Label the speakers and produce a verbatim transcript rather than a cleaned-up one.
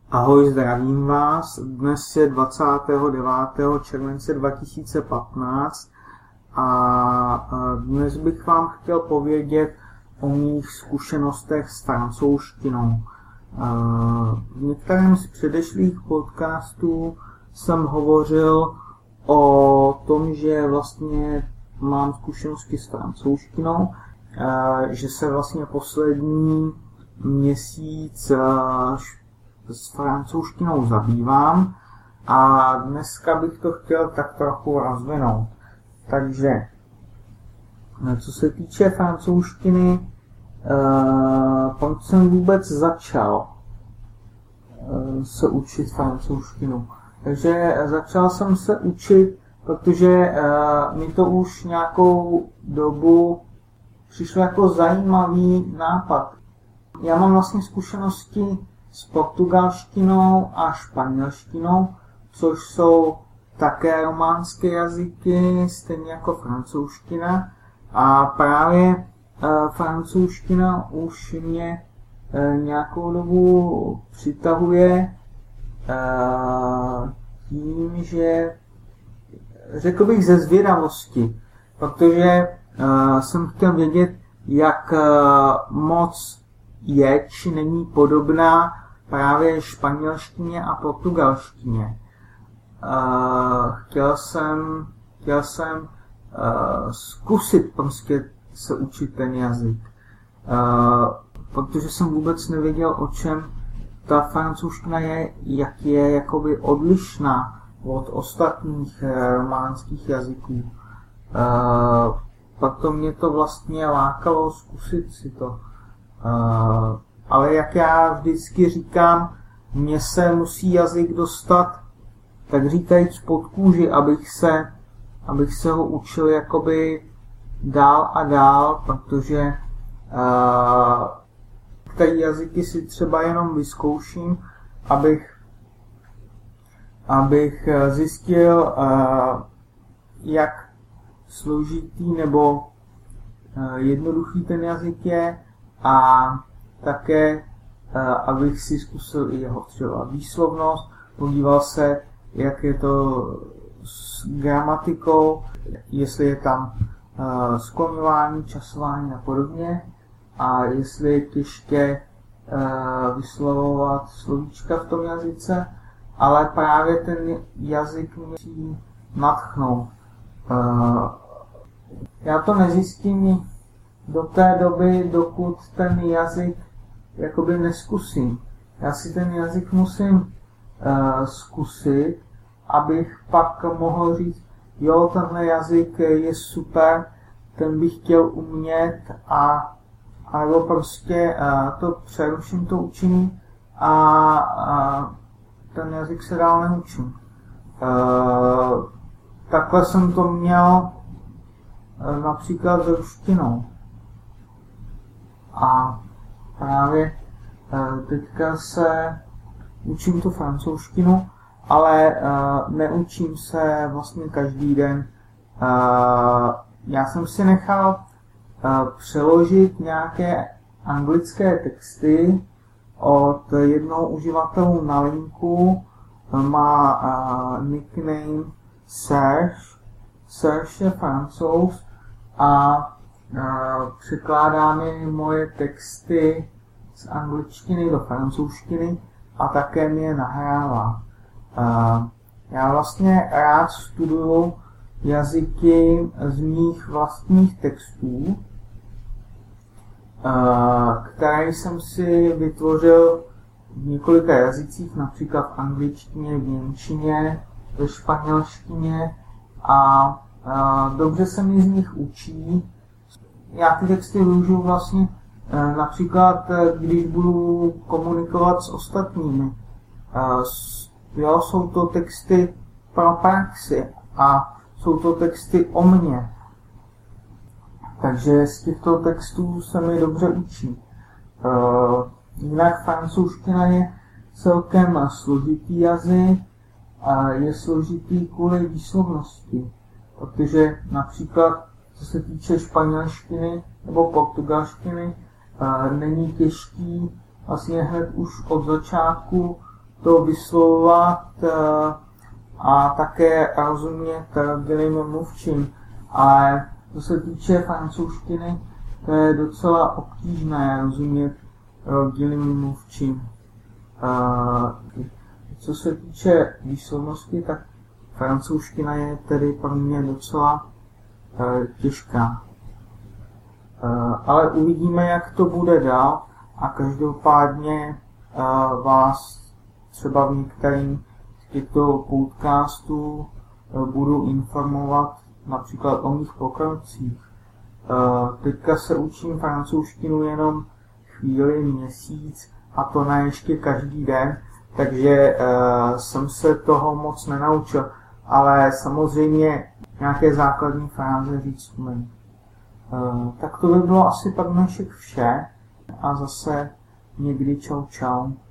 Speaker 1: Ahoj, zdravím vás. Dnes je dvacátého devátého července dva tisíce patnáct a dnes bych vám chtěl povědět o mých zkušenostech s francouzštinou. V některém z předešlých podcastů jsem hovořil o tom, že vlastně mám zkušenosti s francouzštinou, že se vlastně poslední měsíc s francouzštinou zabývám a dneska bych to chtěl tak trochu rozvinout. Takže, co se týče francouzštiny, proč jsem vůbec začal se učit francouzštinu? Takže začal jsem se učit, protože mi to už nějakou dobu přišlo jako zajímavý nápad. Já mám vlastně zkušenosti s portugalštinou a španělštinou, což jsou také románské jazyky, stejně jako francouzština. A právě e, francouzština už mě e, nějakou dobu přitahuje e, tím, že řekl bych ze zvědavosti, protože e, jsem chtěl vědět, jak e, moc je či není podobná právě španělštině a portugalštině. Uh, chtěl jsem, chtěl jsem uh, zkusit prostě se učit ten jazyk, uh, protože jsem vůbec nevěděl, o čem ta francouzština je, jak je jakoby odlišná od ostatních uh, románských jazyků. Uh, proto mě to vlastně lákalo zkusit si to. Uh, ale jak já vždycky říkám, mně se musí jazyk dostat, tak říkajíc, pod kůži, abych se, abych se ho učil jakoby dál a dál, protože uh, ty jazyky si třeba jenom vyzkouším, abych, abych zjistil, uh, jak složitý nebo uh, jednoduchý ten jazyk je, a také, abych si zkusil i jeho třeba výslovnost, podíval se, jak je to s gramatikou, jestli je tam skloňování, časování a podobně, a jestli je těžké vyslovovat slovíčka v tom jazyce, ale právě ten jazyk mě musí nadchnout. Já to nezjistím do té doby, dokud ten jazyk jakoby neskusím. Já si ten jazyk musím uh, zkusit, abych pak mohl říct, jo, tenhle jazyk je super, ten bych chtěl umět, a nebo prostě uh, to přeruším, to učení, a uh, ten jazyk se dál neučím. Uh, takhle jsem to měl uh, například s ruštinou. A právě teďka se učím tu francouzštinu, ale neučím se vlastně každý den. Já jsem si nechal přeložit nějaké anglické texty od jednoho uživatelů na linku, má nickname Serge. Serge je Francouz a Uh, překládá mi moje texty z angličtiny do francouzštiny a také mi je nahrává. Uh, já vlastně rád studuju jazyky z mých vlastních textů, uh, které jsem si vytvořil v několika jazycích, například v angličtině, v němčině, ve španělštině, a uh, dobře se mi z nich učí. Já ty texty využiju vlastně například, když budu komunikovat s ostatními. Jo, jsou to texty pro praxi a jsou to texty o mně. Takže z těchto textů se mi dobře učí. Jinak francouzština je celkem složitý jazyk a je složitý kvůli výslovnosti. Protože například co se týče španělštiny nebo portugalštiny, není těžký vlastně hned už od začátku to vyslovovat a také rozumět bělým mluvčím. Ale co se týče francouzštiny, to je docela obtížné rozumět bělým mluvčím. Co se týče výslovnosti, tak francouzština je tedy pro mě docela těžká. Ale uvidíme, jak to bude dál a každopádně vás třeba v některým z těchto podcastů budu informovat například o mých pokrocích. Teďka se učím francouzštinu jenom chvíli, měsíc a to ne ještě každý den, takže jsem se toho moc nenaučil, ale samozřejmě nějaké základní fráze říct umím. Tak to by bylo asi pro dnešek vše a zase někdy čau čau.